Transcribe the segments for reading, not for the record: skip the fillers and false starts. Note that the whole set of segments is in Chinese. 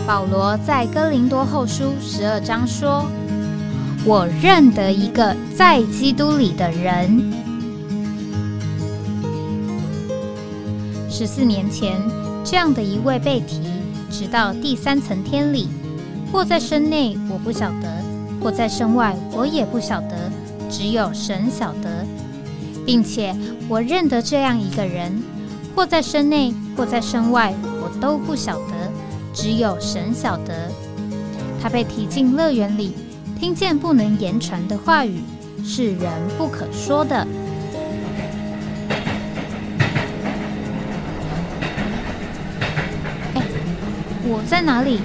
保罗在哥林多后书12章说：“我认得一个在基督里的人。”14年前，这样的一位被提，直到第3层天里，或在身内，我不晓得；或在身外，我也不晓得，只有神晓得。并且我认得这样一个人，或在身内，或在身外，我都不晓得，只有神晓得。他被提进乐园里，听见不能言传的话语，是人不可说的。我在哪里？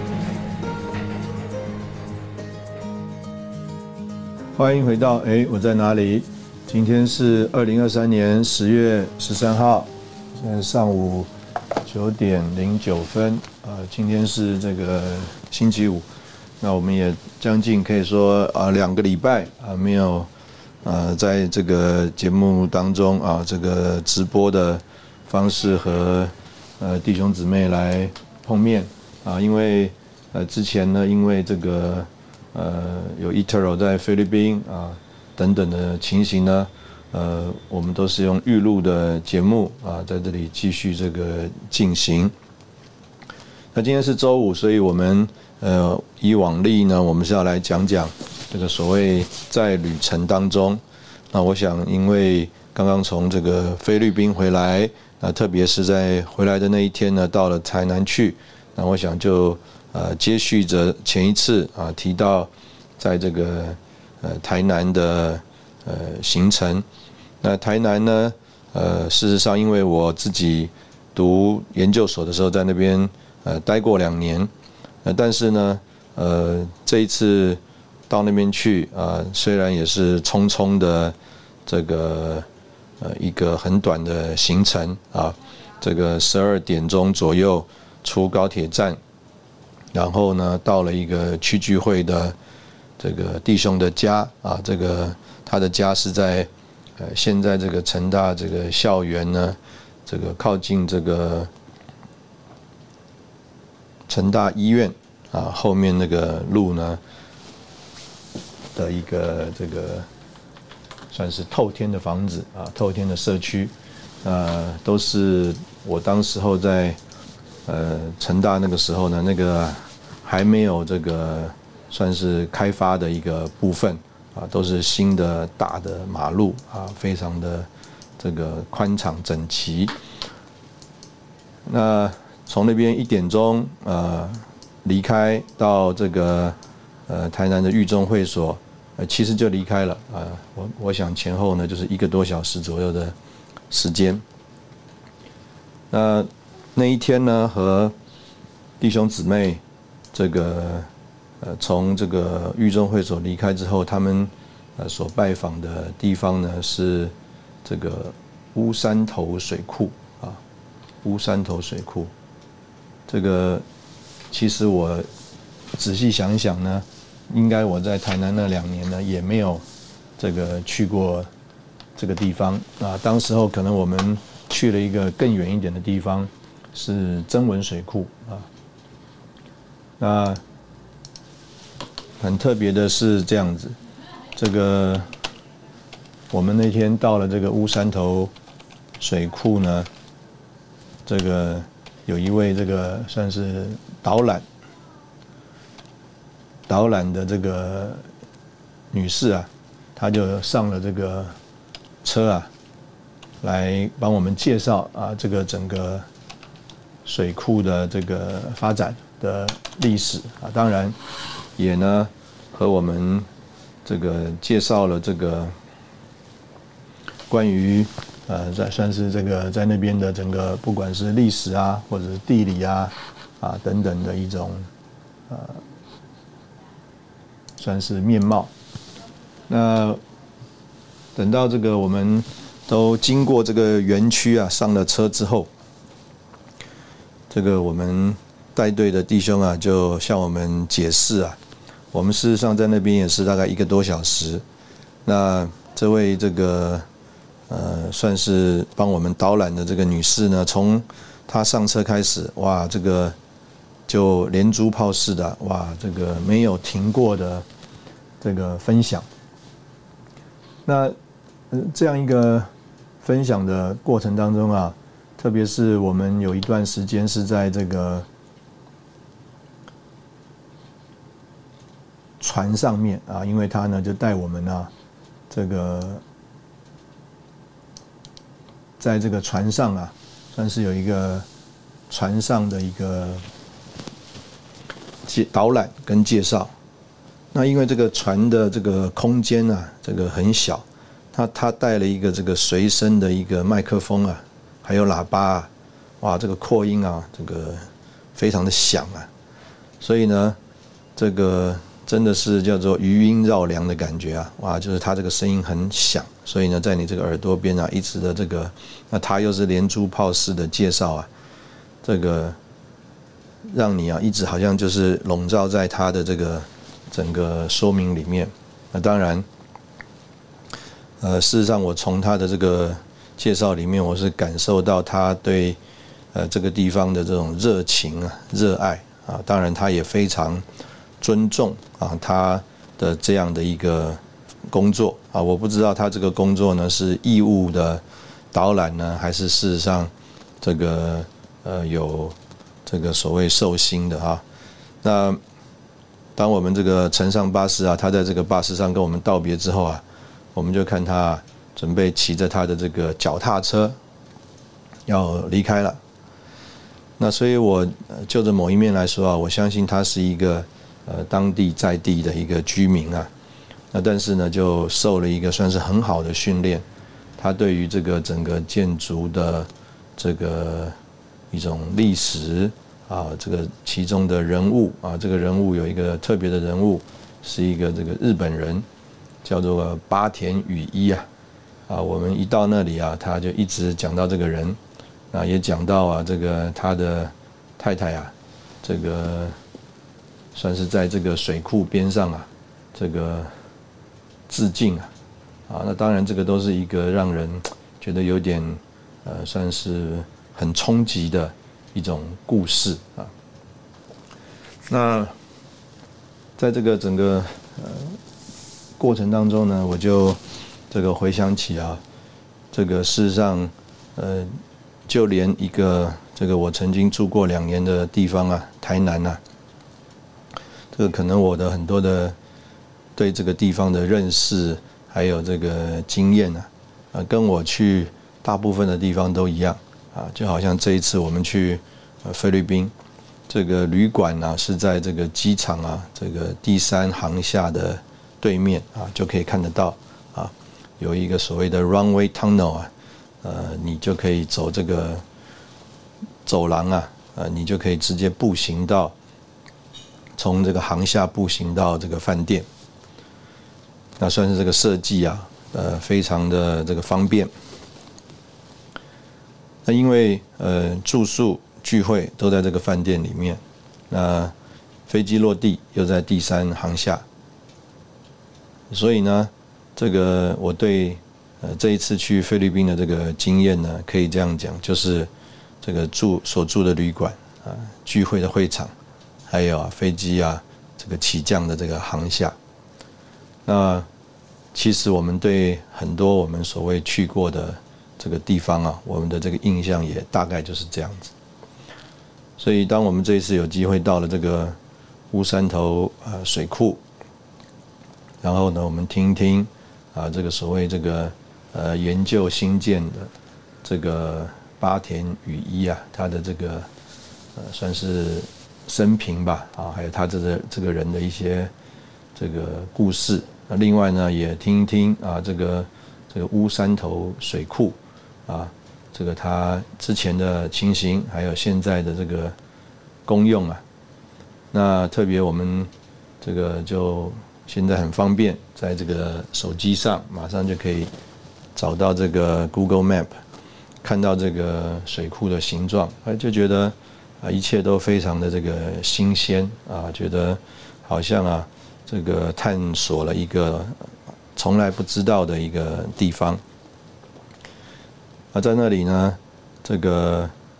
欢迎回到我在哪里？今天是2023年10月13号，现在上午9点09分。今天是这个星期五，那我们也将近可以说2个礼拜没有在这个节目当中这个直播的方式和弟兄姊妹来碰面因为之前呢，因为这个有 eToro 在菲律宾等等的情形呢，我们都是用预录的节目在这里继续这个进行。那今天是周五，所以我们以往例呢，我们是要来讲讲这个所谓在旅程当中。那我想，因为刚刚从这个菲律宾回来，特别是在回来的那一天呢，到了台南去，那我想就接续着前一次提到在这个台南的行程。那台南呢，事实上因为我自己读研究所的时候在那边待过2年，但是呢这一次到那边去虽然也是匆匆的这个一个很短的行程这个12点钟左右出高铁站，然后呢到了一个区聚会的这个弟兄的家这个他的家是在现在这个成大这个校园呢，这个靠近这个成大医院后面那个路呢的一个这个算是透天的房子透天的社区，都是我当时候在成大那个时候呢，那个还没有这个算是开发的一个部分都是新的大的马路非常的这个宽敞整齐。那从那边1点钟离开到这个台南的狱中会所，其实就离开了我想前后呢就是1个多小时左右的时间。那一天呢，和弟兄姊妹这个从这个狱中会所离开之后，他们所拜访的地方呢是这个乌山头水库乌山头水库。这个其实我仔细想一想呢，应该我在台南那2年呢也没有这个去过这个地方当时候可能我们去了一个更远一点的地方，是曾文水库那很特别的是这样子，这个我们那天到了这个乌山头水库呢，这个有一位这个算是导览的这个女士她就上了这个车来帮我们介绍这个整个水库的这个发展的历史当然也呢和我们这个介绍了这个关于算是这个在那边的整个不管是历史或者是地理等等的一种算是面貌。那等到这个我们都经过这个园区上了车之后，这个我们带队的弟兄就向我们解释我们事实上在那边也是大概1个多小时。那这位这个算是帮我们导览的这个女士呢，从她上车开始，哇，这个就连珠炮似的，哇，这个没有停过的这个分享。那这样一个分享的过程当中啊，特别是我们有一段时间是在这个船上面啊，因为他呢就带我们啊，这个在这个船上啊，算是有一个船上的一个导览跟介绍。那因为这个船的这个空间啊，这个很小，他带了一个这个随身的一个麦克风啊，还有喇叭啊，哇，这个扩音啊，这个非常的响啊，所以呢，这个真的是叫做余音绕梁的感觉啊，哇，就是他这个声音很响，所以呢，在你这个耳朵边啊，一直的这个，那他又是连珠炮式的介绍啊，这个让你啊一直好像就是笼罩在他的这个整个说明里面。那当然，事实上我从他的这个介绍里面，我是感受到他对这个地方的这种热情啊、热爱啊，当然他也非常尊重啊他的这样的一个工作啊。我不知道他这个工作呢是义务的导览呢，还是事实上这个有这个所谓受薪的啊。那当我们这个乘上巴士啊，他在这个巴士上跟我们道别之后啊，我们就看他准备骑着他的这个脚踏车要离开了。那所以我就着某一面来说啊，我相信他是一个当地在地的一个居民啊。那但是呢，就受了一个算是很好的训练，他对于这个整个建筑的这个一种历史啊，这个其中的人物啊，这个人物有一个特别的人物，是一个这个日本人，叫做八田羽一啊。我们一到那里啊，他就一直讲到这个人，也讲到啊，这个他的太太啊，这个算是在这个水库边上啊，这个致敬啊，那当然这个都是一个让人觉得有点算是很冲击的一种故事啊。那在这个整个过程当中呢，我就这个回想起啊，这个事实上就连一个这个我曾经住过2年的地方啊，台南啊，这个可能我的很多的对这个地方的认识还有这个经验啊，跟我去大部分的地方都一样啊，就好像这一次我们去菲律宾，这个旅馆啊是在这个机场啊这个第3航厦的对面啊，就可以看得到啊，有一个所谓的 runway tunnel 啊，你就可以走这个走廊啊，你就可以直接步行到从这个航厦步行到这个饭店，那算是这个设计啊，非常的这个方便。那因为住宿聚会都在这个饭店里面，那飞机落地又在第3航厦，所以呢，这个我对这一次去菲律宾的这个经验呢，可以这样讲，就是这个所住的旅馆啊，聚会的会场，还有飞机啊这个起降的这个航厦，那其实我们对很多我们所谓去过的这个地方啊，我们的这个印象也大概就是这样子。所以当我们这一次有机会到了这个乌山头水库，然后呢，我们听一听这个所谓这个研究新建的这个八田羽一啊，他的这个算是生平吧还有他这个人的一些这个故事。那另外呢，也听一听这个乌山头水库这个他之前的情形，还有现在的这个功用那特别我们这个就现在很方便，在这个手机上马上就可以找到这个 Google Map， 看到这个水库的形状，就觉得一切都非常的这个新鲜觉得好像这个探索了一个从来不知道的一个地方。在那里呢，这个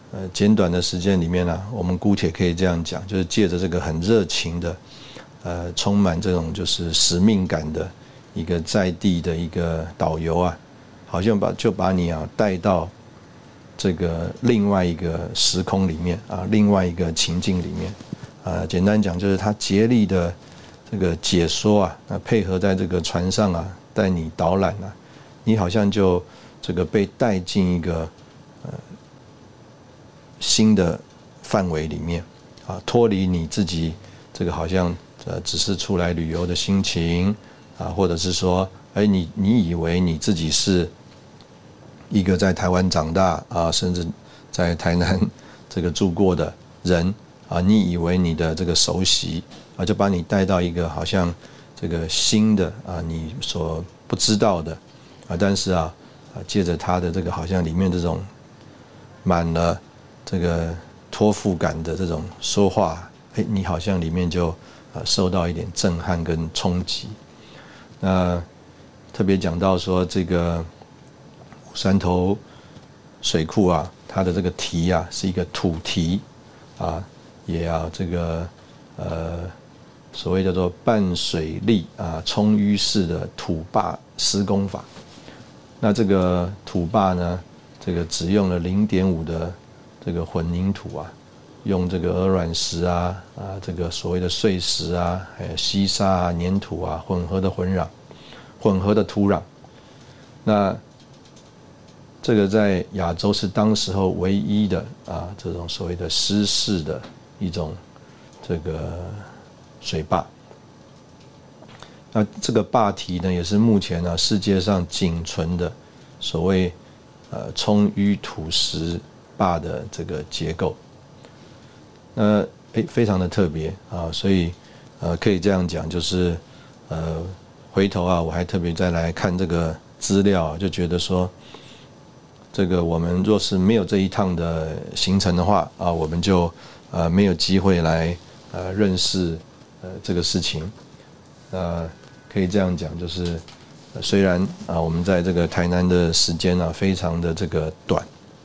简短的时间里面啊，我们姑且可以这样讲，就是借着这个很热情的充满这种就是使命感的一个在地的一个导游啊，好像就把你啊带到这个另外一个时空里面啊，另外一个情境里面简单讲就是他竭力的这个解说啊，配合在这个船上啊，带你导览啊，你好像就这个被带进一个新的范围里面啊，脱离你自己这个好像只是出来旅游的心情啊，或者是说，你以为你自己是一个在台湾长大啊，甚至在台南这个住过的人啊，你以为你的这个熟悉啊，就把你带到一个好像这个新的啊，你所不知道的啊，但是借着他的这个好像里面这种满了这个托付感的这种说话，你好像里面就受到一点震撼跟冲击。那特别讲到说这个乌山头水库啊，它的这个堤啊是一个土堤啊，也要这个所谓叫做半水力冲淤式的土坝施工法。那这个土坝呢，这个只用了0.5的这个混凝土啊，用这个鹅卵石这个所谓的碎石还有稀沙粘土混合的土壤。那这个在亚洲是当时候唯一的这种所谓的湿式的一种这个水坝。那这个坝体呢，也是目前世界上仅存的所谓冲淤土石坝的这个结构。那非常的特别所以可以这样讲，就是回头我还特别再来看这个资料就觉得说，这个我们若是没有这一趟的行程的话我们就没有机会来认识这个事情。可以这样讲，就是虽然我们在这个台南的时间非常的这个短，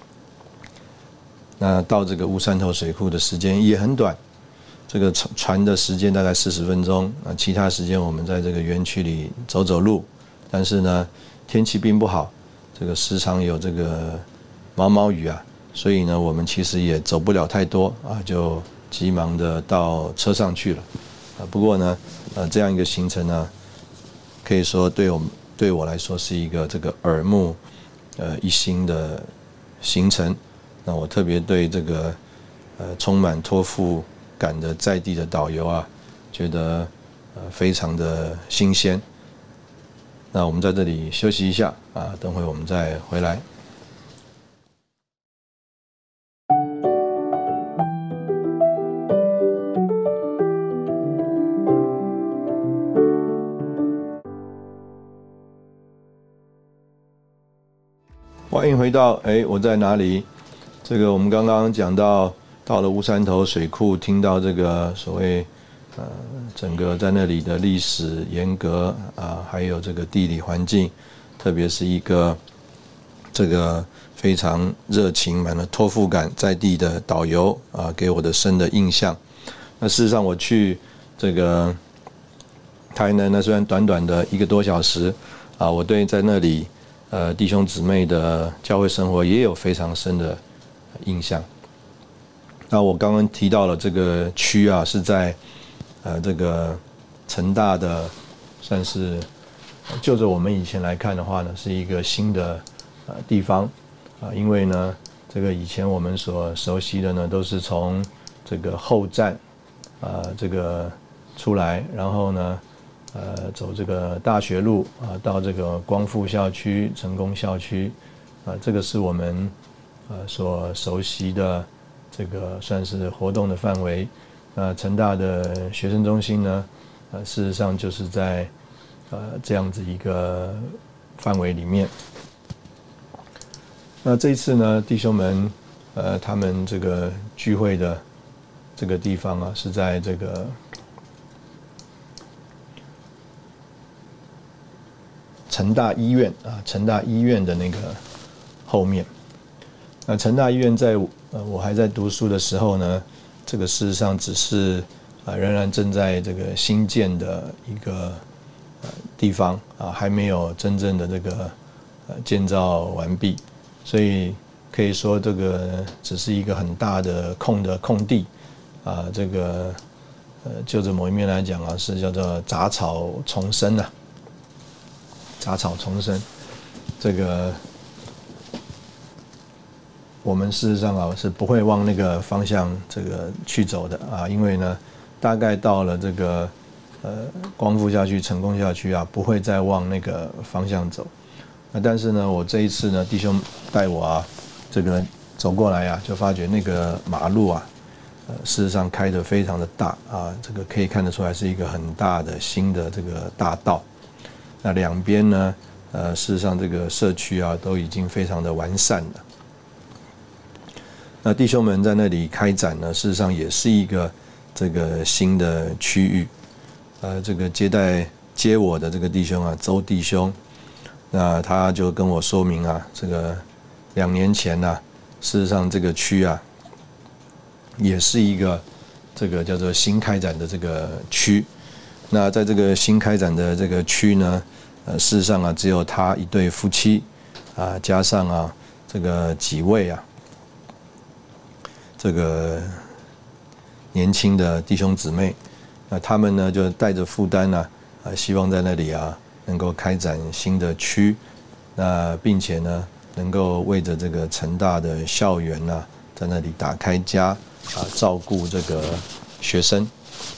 那到这个乌山头水库的时间也很短，这个船的时间大概40分钟，其他时间我们在这个园区里走走路，但是呢天气并不好，这个时常有这个毛毛雨所以呢我们其实也走不了太多就急忙的到车上去了不过呢这样一个行程呢，可以说对我来说是一个这个耳目一新的行程。那我特别对这个充满托付感的在地的导游觉得非常的新鲜。那我们在这里休息一下等会我们再回来。欢迎回到我在哪里？这个我们刚刚讲到了乌山头水库，听到这个所谓整个在那里的历史沿革还有这个地理环境，特别是一个这个非常热情满了托付感在地的导游给我的深的印象。那事实上我去这个台南呢，虽然短短的1个多小时我对在那里弟兄姊妹的教会生活也有非常深的印象。那我刚刚提到了这个区是在这个成大的，算是就着我们以前来看的话呢，是一个新的地方因为呢这个以前我们所熟悉的呢都是从这个后站这个出来，然后呢走这个大学路到这个光复校区、成功校区这个是我们所熟悉的这个算是活动的范围。成大的学生中心呢事实上就是在这样子一个范围里面。那这一次呢，弟兄们他们这个聚会的这个地方是在这个成大医院的那个后面。 那成大医院在我还在读书的时候呢，这个事实上只是仍然正在这个新建的一个地方还没有真正的这个建造完毕，所以可以说这个只是一个很大的空地这个就着某一面来讲是叫做杂草丛生杂草丛生。这个我们事实上是不会往那个方向这个去走的因为呢，大概到了这个光复校区、成功校区不会再往那个方向走。但是呢，我这一次呢，弟兄带我这个走过来就发觉那个马路事实上开得非常的大这个可以看得出来是一个很大的新的这个大道。那两边呢，事实上这个社区都已经非常的完善了。那弟兄们在那里开展呢，事实上也是一个这个新的区域。这个接我的这个弟兄周弟兄，那他就跟我说明这个2年前事实上这个区也是一个这个叫做新开展的这个区。那在这个新开展的这个区呢，事实上只有他一对夫妻加上这个几位这个年轻的弟兄姊妹，那他们呢就带着负担希望在那里能够开展新的区，那并且呢能够为着这个成大的校园在那里打开家照顾这个学生。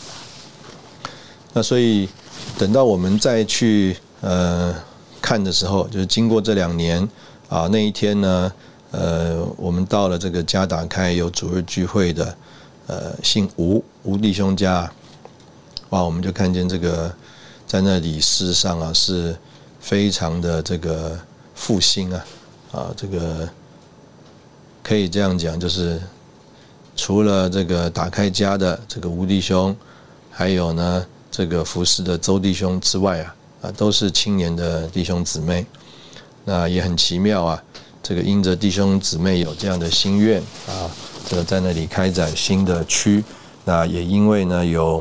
那所以等到我们再去看的时候，就是经过这2年那一天呢，我们到了这个家打开有主日聚会的姓吴弟兄家，我们就看见这个在那里事实上是非常的这个复兴这个可以这样讲，就是除了这个打开家的这个吴弟兄，还有呢这个服侍的周弟兄之外都是青年的弟兄姊妹。那也很奇妙这个因着弟兄姊妹有这样的心愿这个在那里开展新的区，那也因为呢有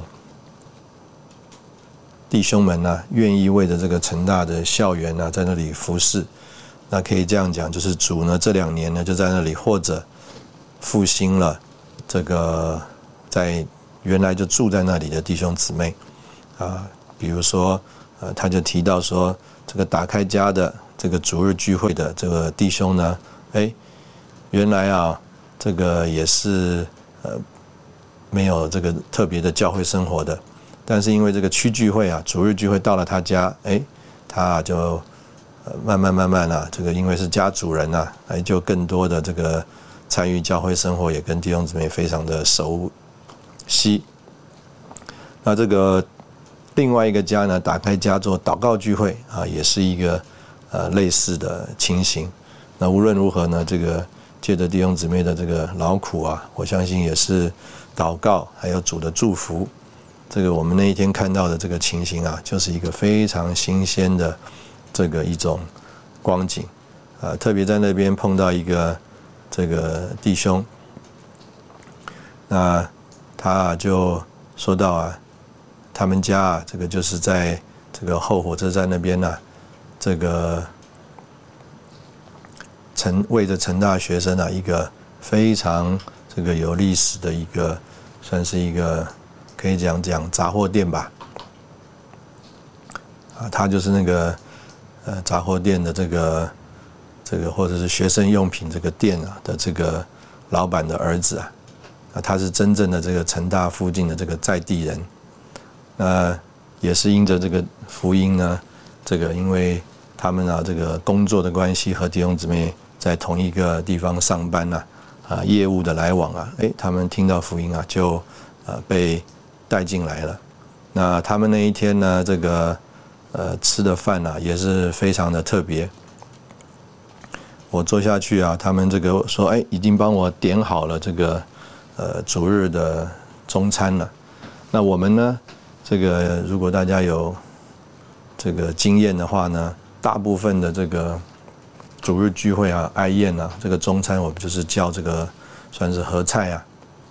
弟兄们愿意为着这个成大的校园在那里服侍。那可以这样讲，就是主呢这2年呢就在那里或者复兴了这个在原来就住在那里的弟兄姊妹比如说他就提到说，这个打开家的这个主日聚会的这个弟兄呢，原来这个也是没有这个特别的教会生活的，但是因为这个区聚会主日聚会到了他家，他就慢慢这个因为是家主人就更多的这个参与教会生活，也跟弟兄姊妹非常的熟悉。那这个另外一个家呢，打开家做祷告聚会也是一个类似的情形。那无论如何呢，这个借着弟兄姊妹的这个劳苦我相信也是祷告还有主的祝福。这个我们那一天看到的这个情形就是一个非常新鲜的这个一种光景特别在那边碰到一个这个弟兄，那他就说到他们家这个就是在这个后火车站那边这个为着成大学生一个非常这个有历史的一个算是一个可以讲杂货店吧他就是那个杂货店的这个或者是学生用品这个店的这个老板的儿子他是真正的这个成大附近的这个在地人。那也是因着这个福音呢，这个因为他们这个工作的关系和弟兄姊妹在同一个地方上班业务的来往他们听到福音就被带进来了。那他们那一天呢，这个吃的饭也是非常的特别。我坐下去他们这个说已经帮我点好了这个主日的中餐了。那我们呢，这个如果大家有这个经验的话呢，大部分的这个主日聚会啊、哀宴啊，这个中餐我们就是叫这个算是合菜啊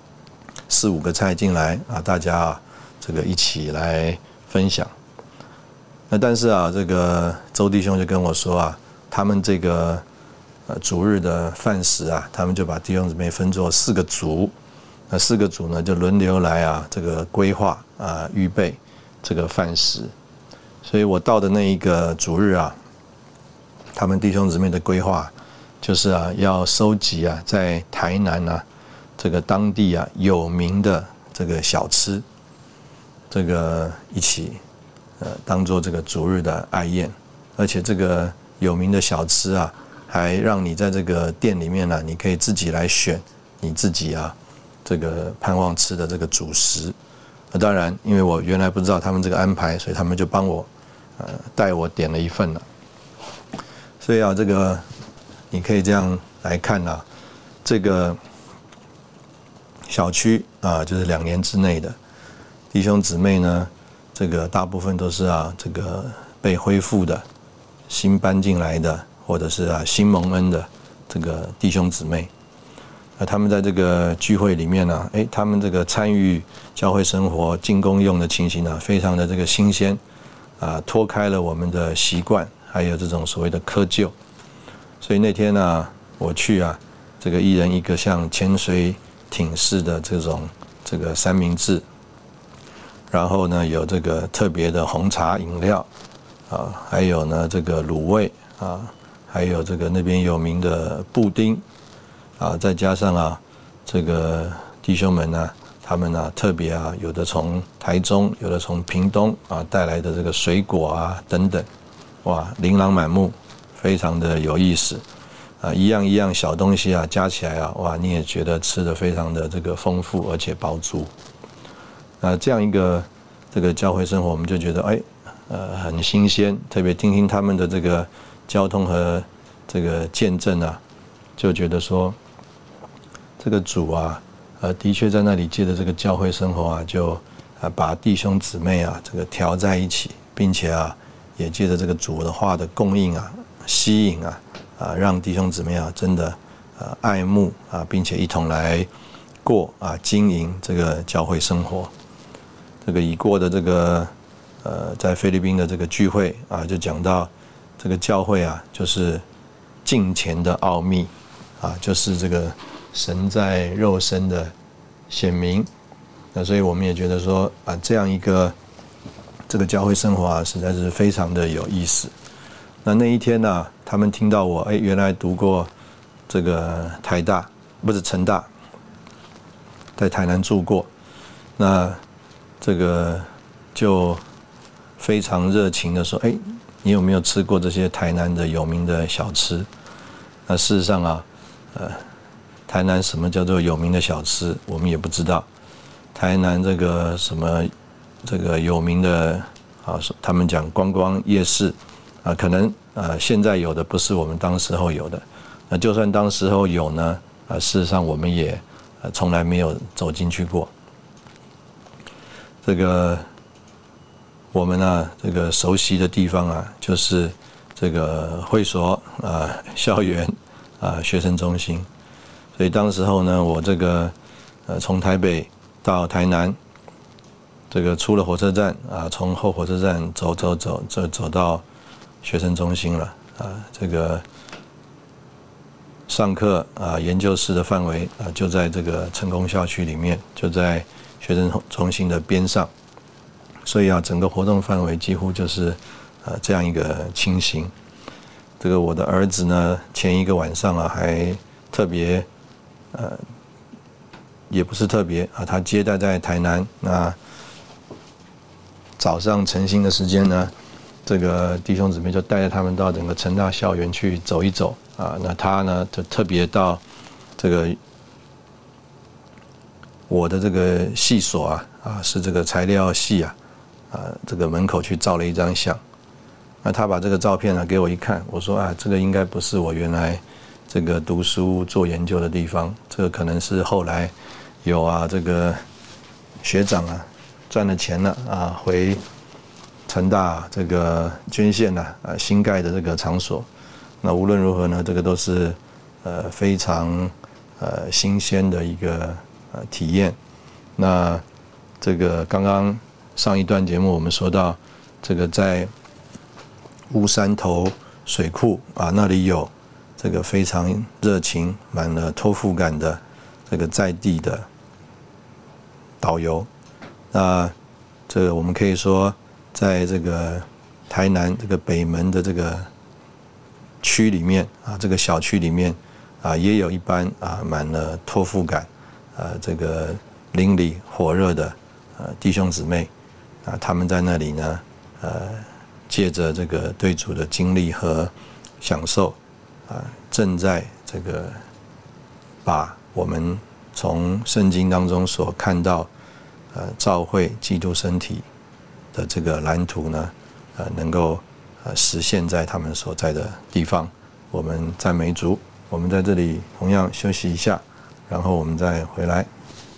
，4-5个菜进来啊，大家啊这个一起来分享。那但是啊，这个周弟兄就跟我说啊，他们这个主日的饭食啊，他们就把弟兄姊妹分作4个组，那4个组呢就轮流来啊，这个规划啊、预备这个饭食。所以我到的那一个主日啊，他们弟兄姊妹的规划就是啊，要收集啊，在台南啊这个当地啊有名的这个小吃，这个一起当做这个主日的爱宴，而且这个有名的小吃啊，还让你在这个店里面呢，你可以自己来选你自己啊这个盼望吃的这个主食。当然，因为我原来不知道他们这个安排，所以他们就帮我带我点了一份了。所以啊，这个你可以这样来看啊，这个小区啊，就是2年之内的弟兄姊妹呢，这个大部分都是啊，这个被恢复的、新搬进来的，或者是啊新蒙恩的这个弟兄姊妹。他们在这个聚会里面呢，他们这个参与教会生活、进公用的情形呢，非常的这个新鲜啊，脱开了我们的习惯。还有这种所谓的窠臼，所以那天呢，我去啊，这个1人1个像潜水艇式的这个三明治，然后呢有这个特别的红茶饮料啊，还有呢这个卤味啊，还有这个那边有名的布丁啊，再加上啊这个弟兄们呢，他们呢特别啊，有的从台中，有的从屏东啊带来的这个水果啊等等。哇，琳琅满目，非常的有意思啊！一样一样小东西啊，加起来啊，哇，你也觉得吃得非常的这个丰富，而且饱足。这样一个这个教会生活，我们就觉得很新鲜，特别听听他们的这个交通和这个见证啊，就觉得说这个主啊，的确在那里借着这个教会生活啊，就把弟兄姊妹啊这个调在一起，并且啊。也借着这个主的话的供应啊、吸引啊，让弟兄姊妹啊真的爱慕啊，并且一同来过啊经营这个教会生活。这个已过的这个在菲律宾的这个聚会啊，就讲到这个教会啊，就是敬虔的奥秘啊，就是这个神在肉身的显明。那所以我们也觉得说啊，这样一个。这个教会生活啊，实在是非常的有意思。那一天呢，他们听到我原来读过这个台大，不是成大，在台南住过，那这个就非常热情的说，你有没有吃过这些台南的有名的小吃？那事实上啊，台南什么叫做有名的小吃，我们也不知道。台南这个什么？这个有名的啊，他们讲观光夜市啊，可能现在有的不是我们当时候有的。那就算当时候有呢，事实上我们也从来没有走进去过。这个我们呢，这个熟悉的地方啊，就是这个会所啊、校园啊、学生中心。所以当时候呢，我这个从台北到台南。这个出了火车站啊，从后火车站走到学生中心了啊。这个上课啊，研究室的范围啊，就在这个成功校区里面，就在学生中心的边上。所以啊，整个活动范围几乎就是这样一个情形。这个我的儿子呢，前一个晚上啊，还特别也不是特别啊，他接待在台南那。早上晨兴的时间呢，这个弟兄姊妹就带着他们到整个成大校园去走一走啊。那他呢就特别到这个我的这个系所啊是这个材料系啊这个门口去照了一张相。那他把这个照片呢给我一看，我说这个应该不是我原来这个读书做研究的地方，这个可能是后来有这个学长赚了钱了回成大这个捐献新盖的这个场所。 那无论如何呢，这个都是非常新鲜的一个体验。那这个刚刚上一段节目我们说到，这个在乌山头水库啊，那里有这个非常热情、满了托付感的这个在地的导游。那这个我们可以说，在这个台南这个北门的这个区里面啊，这个小区里面啊，也有一班啊满了托付感，这个邻里火热的弟兄姊妹啊，他们在那里呢，借着这个对主的经历和享受啊，正在这个把我们从圣经当中所看到教会基督身体的这个蓝图呢，能够实现在他们所在的地方。我们赞美主，我们在这里同样休息一下，然后我们再回来。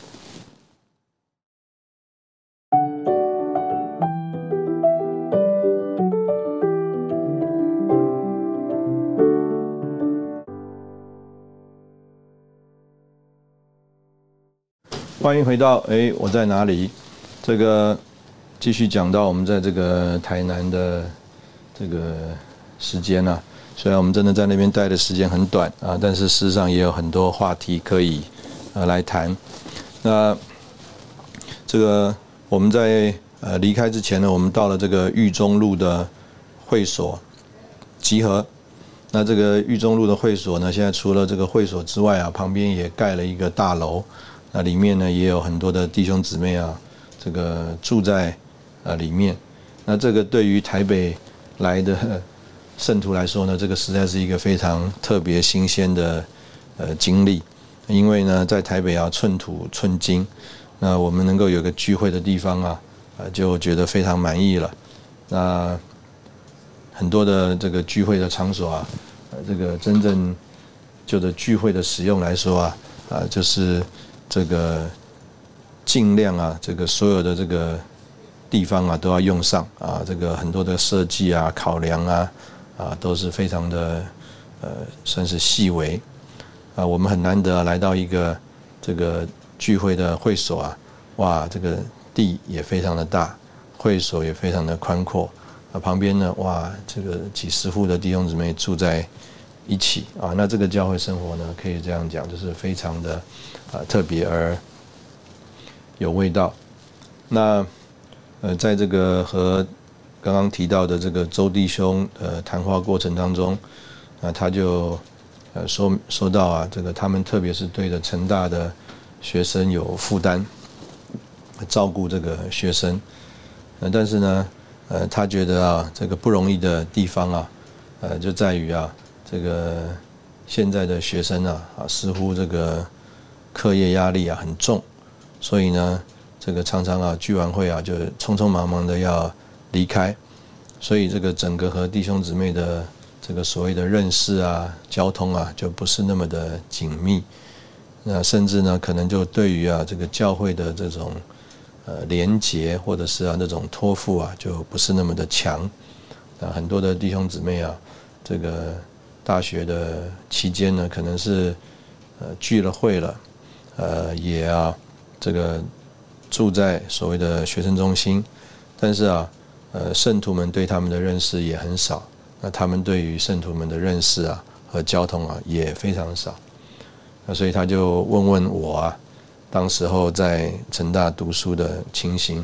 欢迎回到我在哪里？这个继续讲到我们在这个台南的这个时间啊，虽然我们真的在那边待的时间很短啊，但是事实上也有很多话题可以来谈。那这个我们在离开之前呢，我们到了这个裕中路的会所集合。那这个裕中路的会所呢，现在除了这个会所之外啊，旁边也盖了一个大楼。那里面呢也有很多的弟兄姊妹啊，这个住在里面。那这个对于台北来的圣徒来说呢，这个实在是一个非常特别新鲜的经历。因为呢，在台北啊，寸土寸金，那我们能够有个聚会的地方啊，就觉得非常满意了。那很多的这个聚会的场所啊，这个真正就的聚会的使用来说啊，就是这个尽量啊，这个所有的这个地方啊都要用上啊，这个很多的设计啊、考量啊，都是非常的算是细微啊。我们很难得来到一个这个聚会的会所啊，哇，这个地也非常的大，会所也非常的宽阔啊，旁边呢，哇，这个几十户的弟兄姊妹住在一起啊，那这个教会生活呢，可以这样讲，就是非常的特别而有味道。那在这个和刚刚提到的这个周弟兄谈话过程当中，他就说到啊，这个他们特别是对着成大的学生有负担，照顾这个学生，但是呢，他觉得啊，这个不容易的地方啊，就在于啊，这个现在的学生啊，似乎这个课业压力啊很重，所以呢，这个常常啊聚完会啊就匆匆忙忙的要离开，所以这个整个和弟兄姊妹的这个所谓的认识啊、交通啊，就不是那么的紧密。那甚至呢，可能就对于啊这个教会的这种连结或者是啊那种托付啊，就不是那么的强。很多的弟兄姊妹啊，这个大学的期间呢，可能是聚了会了，也啊这个住在所谓的学生中心，但是啊圣徒们对他们的认识也很少，那他们对于圣徒们的认识啊和交通啊也非常少。那所以他就问我啊，当时候在成大读书的情形。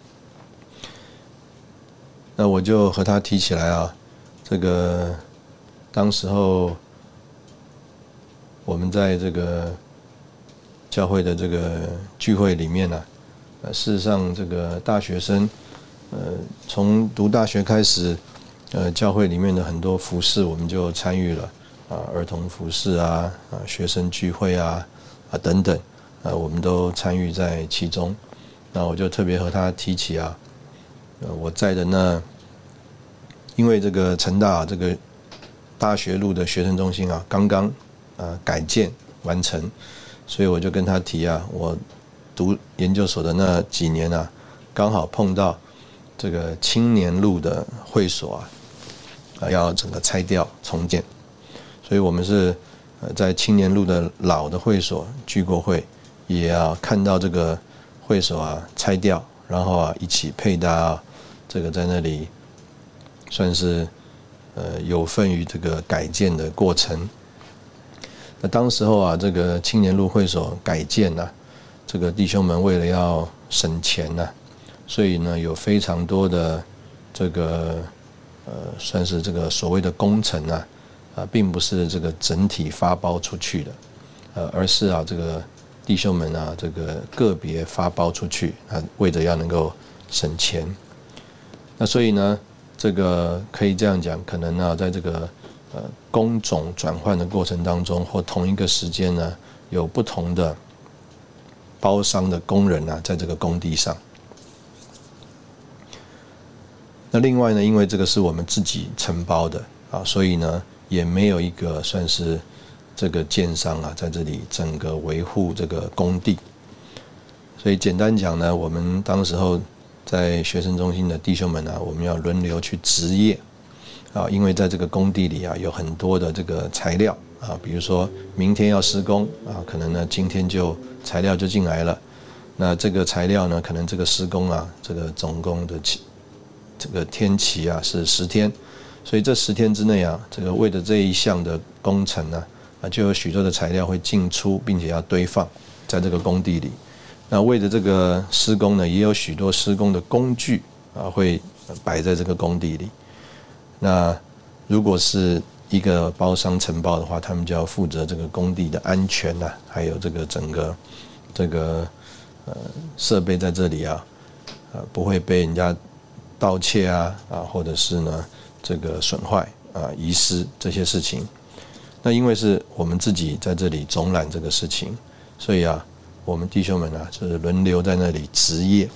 那我就和他提起来啊，这个当时候我们在这个教会的这个聚会里面呢，事实上这个大学生，从读大学开始，教会里面的很多服事我们就参与了啊，儿童服事啊，学生聚会啊等等，我们都参与在其中。那我就特别和他提起啊，我在的那，因为这个成大这个大学路的学生中心啊，刚刚改建完成，所以我就跟他提啊，我读研究所的那几年啊，刚好碰到这个青年路的会所啊，要整个拆掉重建。 所以我们是在青年路的老的会所聚过会，也要看到这个会所拆掉，然后一起配搭这个在那里算是有份于这个改建的过程。那当时候这个青年路会所改建这个弟兄们为了要省钱所以呢有非常多的这个算是这个所谓的工程并不是这个整体发包出去的，而是这个弟兄们这个个别发包出去，为着要能够省钱。那所以呢，这个可以这样讲，可能在这个工种转换的过程当中，或同一个时间呢，有不同的包商的工人在这个工地上。那另外呢，因为这个是我们自己承包的所以呢，也没有一个算是这个建商在这里整个维护这个工地。所以简单讲呢，我们当时候在学生中心的弟兄们我们要轮流去值夜因为在这个工地里有很多的这个材料比如说明天要施工可能呢今天就材料就进来了。那这个材料呢，可能这个施工这个总共的这个天期是10天，所以这10天之内这个为了这一项的工程就有许多的材料会进出，并且要堆放在这个工地里。那为了这个施工呢，也有许多施工的工具会摆在这个工地里。那如果是一个包商承包的话，他们就要负责这个工地的安全还有这个整个这个设备在这里不会被人家盗窃或者是呢这个损坏遗失这些事情。那因为是我们自己在这里总揽这个事情，所以我们弟兄们就是轮流在那里值夜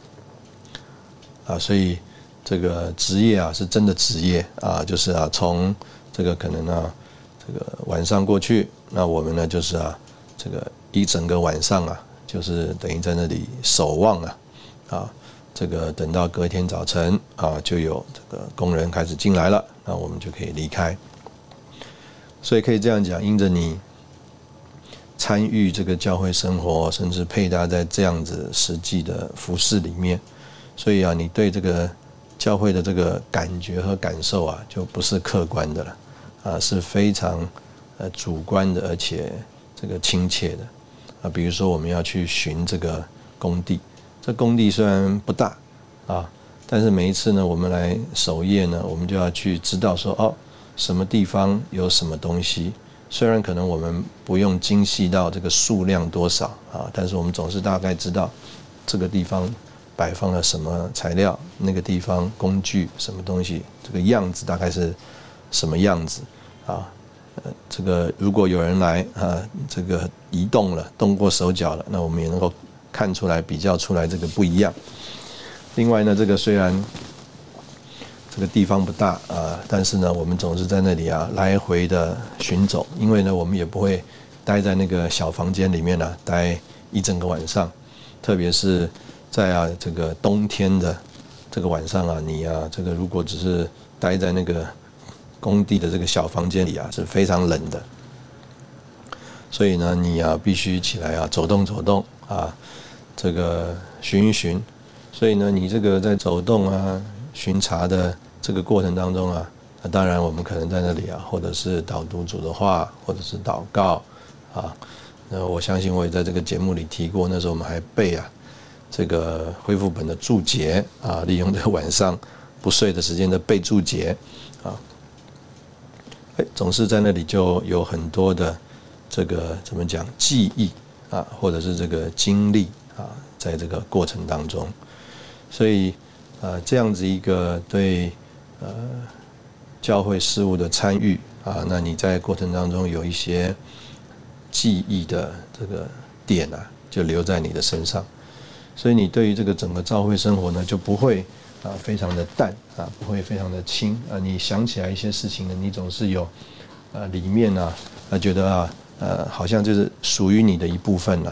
所以这个值夜是真的值夜就是从这个可能这个晚上过去，那我们呢就是这个一整个晚上就是等于在那里守望这个等到隔天早晨就有这个工人开始进来了，那我们就可以离开。所以可以这样讲，因着你参与这个教会生活，甚至配搭在这样子实际的服事里面，所以你对这个教会的这个感觉和感受就不是客观的了是非常主观的，而且这个亲切的比如说我们要去巡这个工地，这工地虽然不大但是每一次呢，我们来守夜呢，我们就要去知道说什么地方有什么东西。虽然可能我们不用精细到这个数量多少但是我们总是大概知道这个地方摆放了什么材料，那个地方工具什么东西，这个样子大概是什么样子这个如果有人来这个移动了，动过手脚了，那我们也能够看出来，比较出来这个不一样。另外呢，这个虽然这个地方不大但是呢，我们总是在那里来回的巡走，因为呢，我们也不会待在那个小房间里面待一整个晚上，特别是在这个冬天的这个晚上你这个如果只是待在那个工地的这个小房间里是非常冷的，所以呢，你必须起来走动走动这个巡一巡。所以呢，你这个在走动巡查的这个过程当中当然我们可能在那里或者是导读主的话，或者是祷告那我相信我也在这个节目里提过，那时候我们还背这个恢复本的注解利用这个晚上不睡的时间的背注解总是在那里就有很多的这个怎么讲记忆或者是这个经历在这个过程当中。所以这样子一个对教会事务的参与那你在过程当中有一些记忆的这个点就留在你的身上，所以你对于这个整个教会生活呢就不会非常的淡不会非常的轻你想起来一些事情呢，你总是有里面觉得好像就是属于你的一部分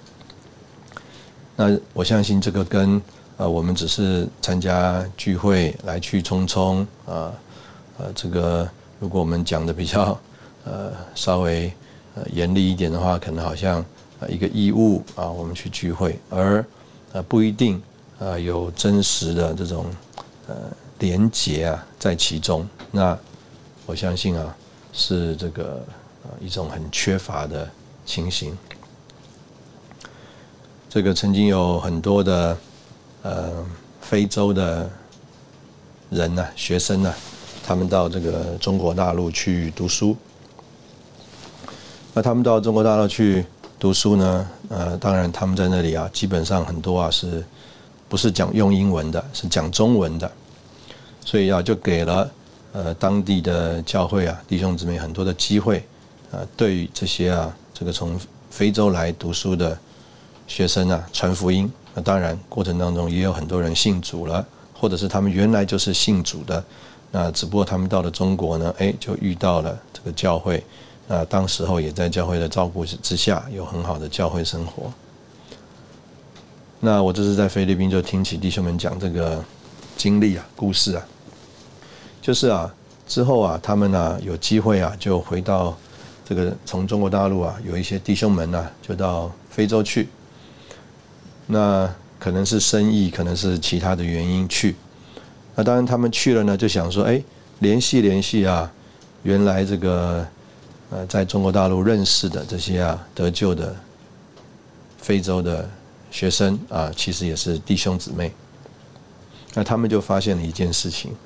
那我相信这个跟我们只是参加聚会来去匆匆这个如果我们讲的比较稍微严厉一点的话，可能好像一个义务啊，我们去聚会，而不一定有真实的这种连结啊在其中。那我相信啊，是这个一种很缺乏的情形。这个曾经有很多的非洲的人呐、学生呐、他们到这个中国大陆去读书。那他们到中国大陆去读书呢，当然他们在那里啊，基本上很多啊是不是用英文的，是讲中文的，所以啊就给了当地的教会啊弟兄姊妹很多的机会，对于这些啊这个从非洲来读书的学生啊传福音。那当然过程当中也有很多人信主了，或者是他们原来就是信主的，那只不过他们到了中国呢，就遇到了这个教会。当时候也在教会的照顾之下，有很好的教会生活。那我这次在菲律宾就听起弟兄们讲这个经历啊、故事啊，就是啊之后啊，他们啊有机会啊，就回到这个从中国大陆啊，有一些弟兄们啊，就到非洲去。那可能是生意，可能是其他的原因去。那当然他们去了呢，就想说，联系啊，原来这个。在中国大陆认识的这些啊得救的非洲的学生啊，其实也是弟兄姊妹。那他们就发现了一件事情，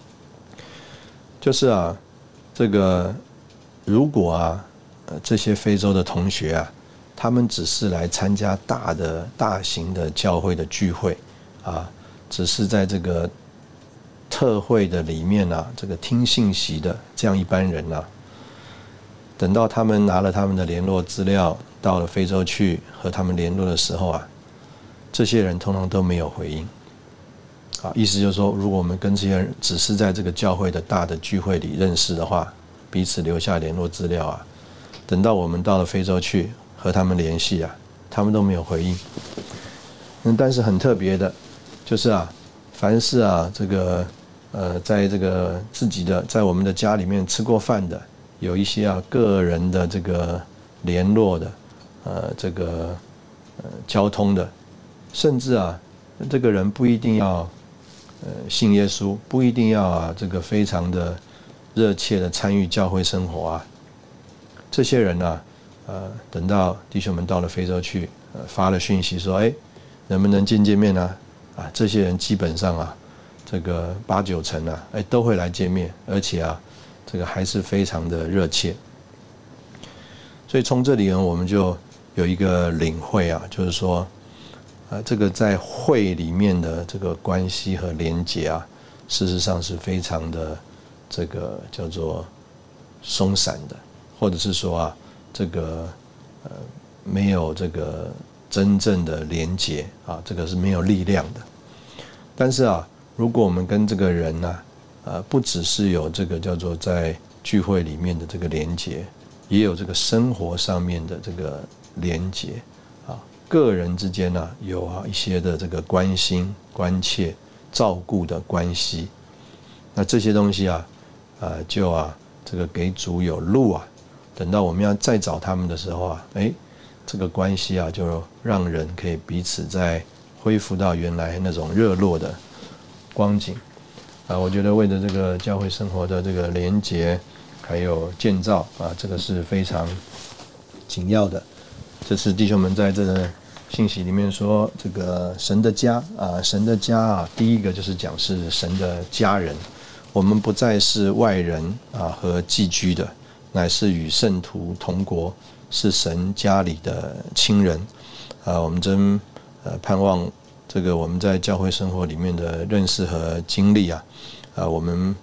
就是啊，这个如果这些非洲的同学啊，他们只是来参加大型的教会的聚会啊，只是在这个特会的里面啊，这个听信息的这样一般人啊。等到他们拿了他们的联络资料到了非洲去和他们联络的时候啊，这些人通常都没有回应。意思就是说，如果我们跟这些人只是在这个教会的大的聚会里认识的话，彼此留下联络资料啊，等到我们到了非洲去和他们联系啊，他们都没有回应。但是很特别的，就是啊，凡是啊这个在这个自己的在我们的家里面吃过饭的。有一些个人的这个联络的，这个交通的，甚至这个人不一定要信耶稣，不一定要这个非常的热切的参与教会生活啊。这些人呢，等到弟兄们到了非洲去，发了讯息说，能不能见面呢？这些人基本上这个8、9成都会来见面，而且这个还是非常的热切。所以从这里呢，我们就有一个领会就是说，这个在会里面的这个关系和连结事实上是非常的这个叫做松散的，或者是说这个没有这个真正的连结这个是没有力量的。但是如果我们跟这个人不只是有这个叫做在聚会里面的这个连结，也有这个生活上面的这个连结个人之间有一些的这个关心、关切、照顾的关系。那这些东西就这个给主有路等到我们要再找他们的时候这个关系就让人可以彼此再恢复到原来那种热络的光景。我觉得为了这个教会生活的这个连结还有建造这个是非常紧要的。这次弟兄们在这个信息里面说，这个神的家神的家第一个就是讲是神的家人，我们不再是外人和寄居的，乃是与圣徒同国，是神家里的亲人。我们真盼望这个我们在教会生活里面的认识和经历我们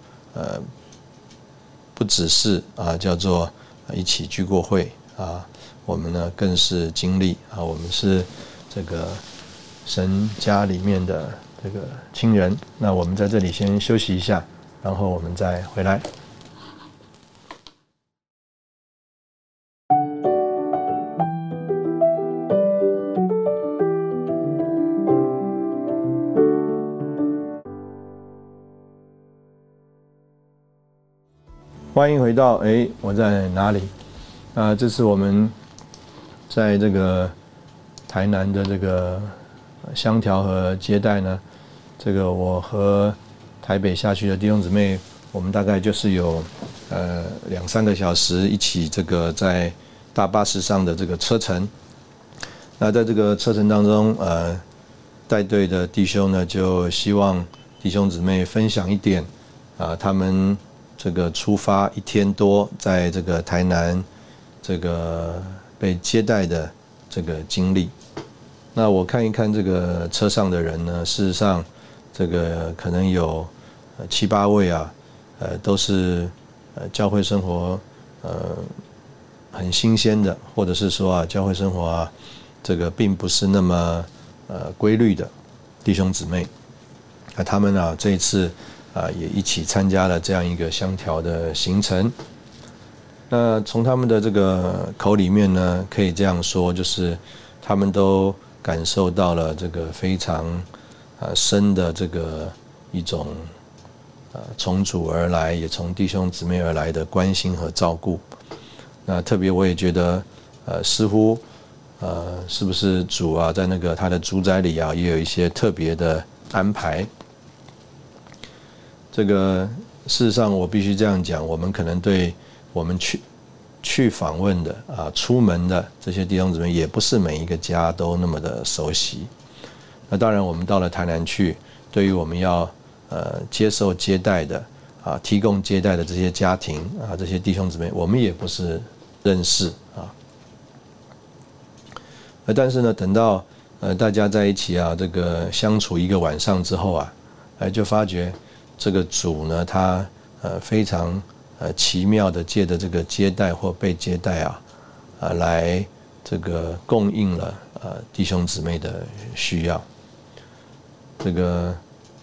不只是叫做一起聚过会我们呢更是经历我们是这个神家里面的这个亲人。那我们在这里先休息一下，然后我们再回来。 欢迎回到我在哪里？这次我们在这个台南的这个香条和接待呢，这个我和台北下去的弟兄姊妹，我们大概就是有2-3个小时一起这个在大巴士上的这个车程。那在这个车程当中，带队的弟兄呢，就希望弟兄姊妹分享一点他们这个出发1天多，在这个台南这个被接待的这个经历。那我看一看这个车上的人呢，事实上这个可能有7-8位都是教会生活很新鲜的，或者是说教会生活这个并不是那么规律的弟兄姊妹，他们这一次也一起参加了这样一个香条的行程。那从他们的这个口里面呢，可以这样说，就是他们都感受到了这个非常深的这个一种从主而来，也从弟兄姊妹而来的关心和照顾。那特别我也觉得似乎是不是主在那个他的主宰里也有一些特别的安排。这个事实上我必须这样讲，我们可能对我们去访问的出门的这些弟兄姊妹，也不是每一个家都那么的熟悉。那当然我们到了台南去，对于我们要接受接待的提供接待的这些家庭这些弟兄姊妹，我们也不是认识但是呢，等到大家在一起这个相处1个晚上之后就发觉这个主呢，他非常奇妙的借着这个接待或被接待来这个供应了弟兄姊妹的需要。这个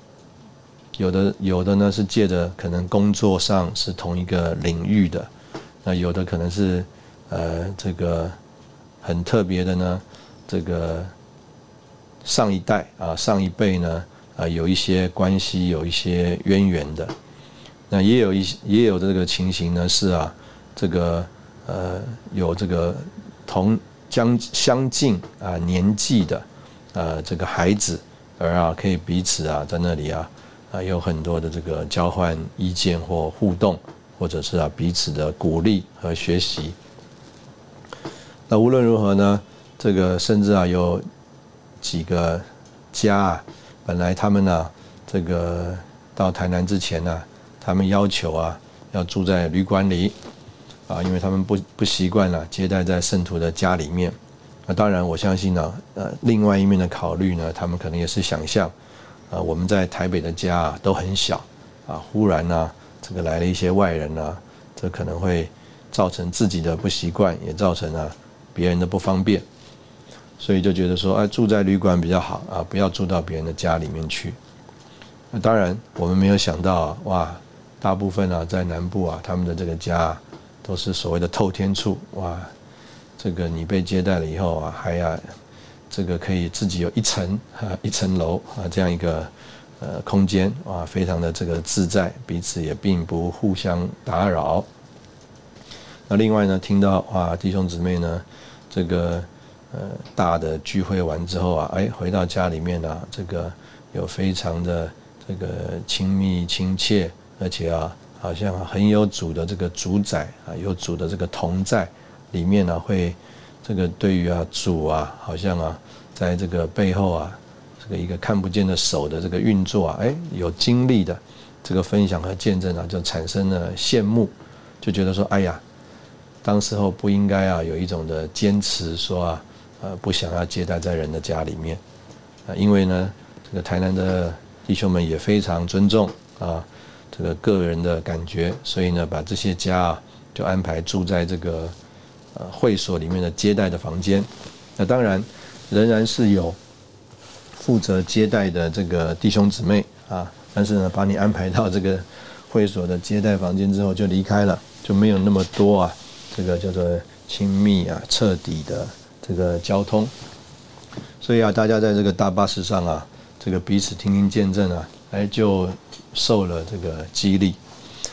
有的呢是借着可能工作上是同一个领域的，那有的可能是这个很特别的呢，这个上一代上一辈呢有一些关系，有一些渊源的。那也有这个情形呢，是这个有这个相近年纪的这个孩子，而可以彼此在那里有很多的这个交换意见或互动，或者是彼此的鼓励和学习。那无论如何呢，这个甚至有几个家本来他们这个到台南之前他们要求要住在旅馆里因为他们不习惯接待在圣徒的家里面。那当然我相信另外一面的考虑呢，他们可能也是想象我们在台北的家都很小忽然这个来了一些外人这可能会造成自己的不习惯，也造成别人的不方便，所以就觉得说住在旅馆比较好不要住到别人的家里面去。那当然我们没有想到大部分在南部他们的这个家都是所谓的透天厝这个你被接待了以后还这个可以自己有一层楼这样一个空间非常的这个自在，彼此也并不互相打扰。那另外呢，听到弟兄姊妹呢这个大的聚会完之后回到家里面这个有非常的这个亲密亲切，而且好像很有主的这个主宰有主的这个同在里面会这个对于主好像在这个背后这个一个看不见的手的这个运作有经历的这个分享和见证就产生了羡慕，就觉得说哎呀，当时候不应该有一种的坚持说不想要接待在人的家里面因为呢这个台南的弟兄们也非常尊重这个个人的感觉，所以呢把这些家就安排住在这个会所里面的接待的房间。那当然仍然是有负责接待的这个弟兄姊妹但是呢把你安排到这个会所的接待房间之后就离开了，就没有那么多这个叫做亲密彻底的这个交通。所以大家在这个大巴士上这个彼此听听见证就受了这个激励。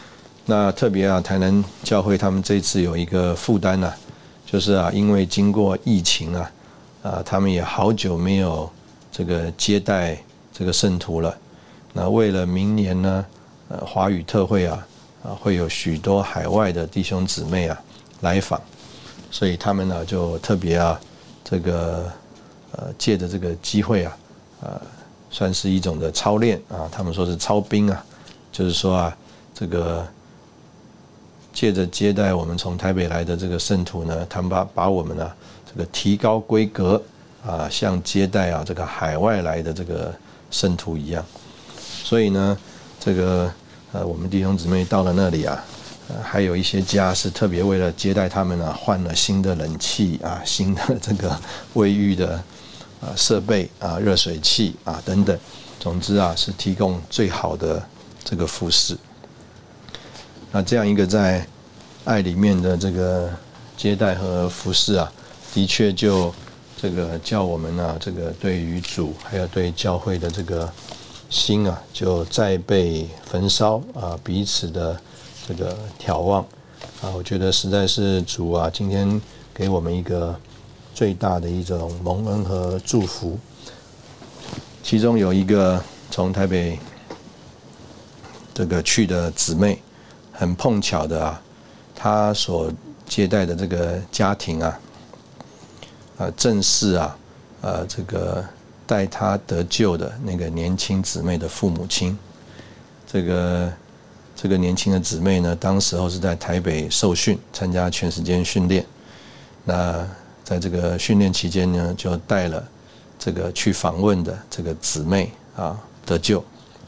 那特别台南教会他们这次有一个负担就是因为经过疫情他们也好久没有这个接待这个圣徒了。那为了明年呢，华语特会会有许多海外的弟兄姊妹来访，所以他们就特别这个借着这个机会算是一种的操练他们说是操兵就是说这个借着接待我们从台北来的这个圣徒呢，他们把我们这个提高规格像接待这个海外来的这个圣徒一样。所以呢，这个我们弟兄姊妹到了那里还有一些家是特别为了接待他们换了新的冷气新的这个卫浴的设备热水器等等，总之是提供最好的这个服事。那这样一个在爱里面的这个接待和服事的确就这个叫我们这个对于主还有对教会的这个心就再被焚烧彼此的这个眺望我觉得实在是主今天给我们一个最大的一种蒙恩和祝福。其中有一个从台北这个去的姊妹，很碰巧的她所接待的这个家庭正是这个带她得救的那个年轻姊妹的父母亲。这个年轻的姊妹呢，当时候是在台北受训，参加全时间训练。那在这个训练期间呢，就带了这个去访问的这个姊妹得救。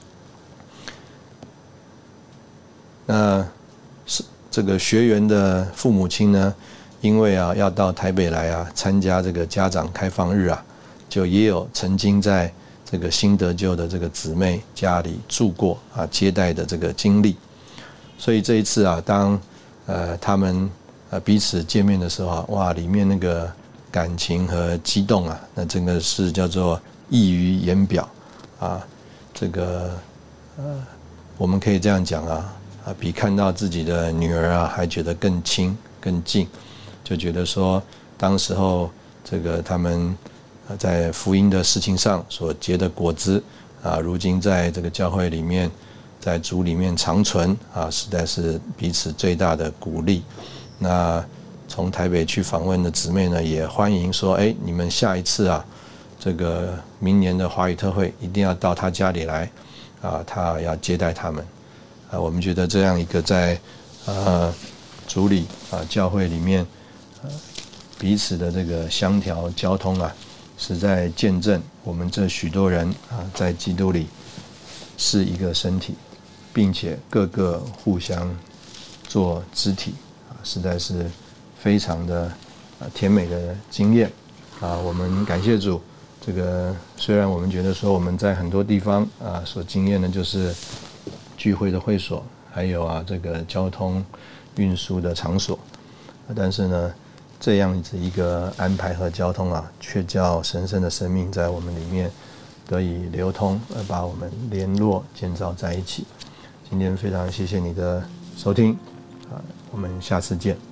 那这个学员的父母亲呢，因为要到台北来参加这个家长开放日就也有曾经在这个新得救的这个姊妹家里住过接待的这个经历。所以这一次当他们彼此见面的时候哇，里面那个感情和激动那真的是叫做溢于言表这个我们可以这样讲比看到自己的女儿还觉得更亲更近，就觉得说当时候这个他们在福音的事情上所结的果子如今在这个教会里面在主里面长存实在是彼此最大的鼓励。那从台北去访问的姊妹呢，也欢迎说你们下一次这个明年的华语特会一定要到他家里来他要接待他们我们觉得这样一个在主里教会里面彼此的这个相调交通是在见证我们这许多人在基督里是一个身体，并且各个互相做肢体实在是非常的甜美的经验我们感谢主。这个虽然我们觉得说我们在很多地方所经验的就是聚会的会所，还有这个交通运输的场所，但是呢，这样子一个安排和交通却叫神圣的生命在我们里面得以流通，而把我们联络建造在一起。今天非常谢谢你的收听我们下次见。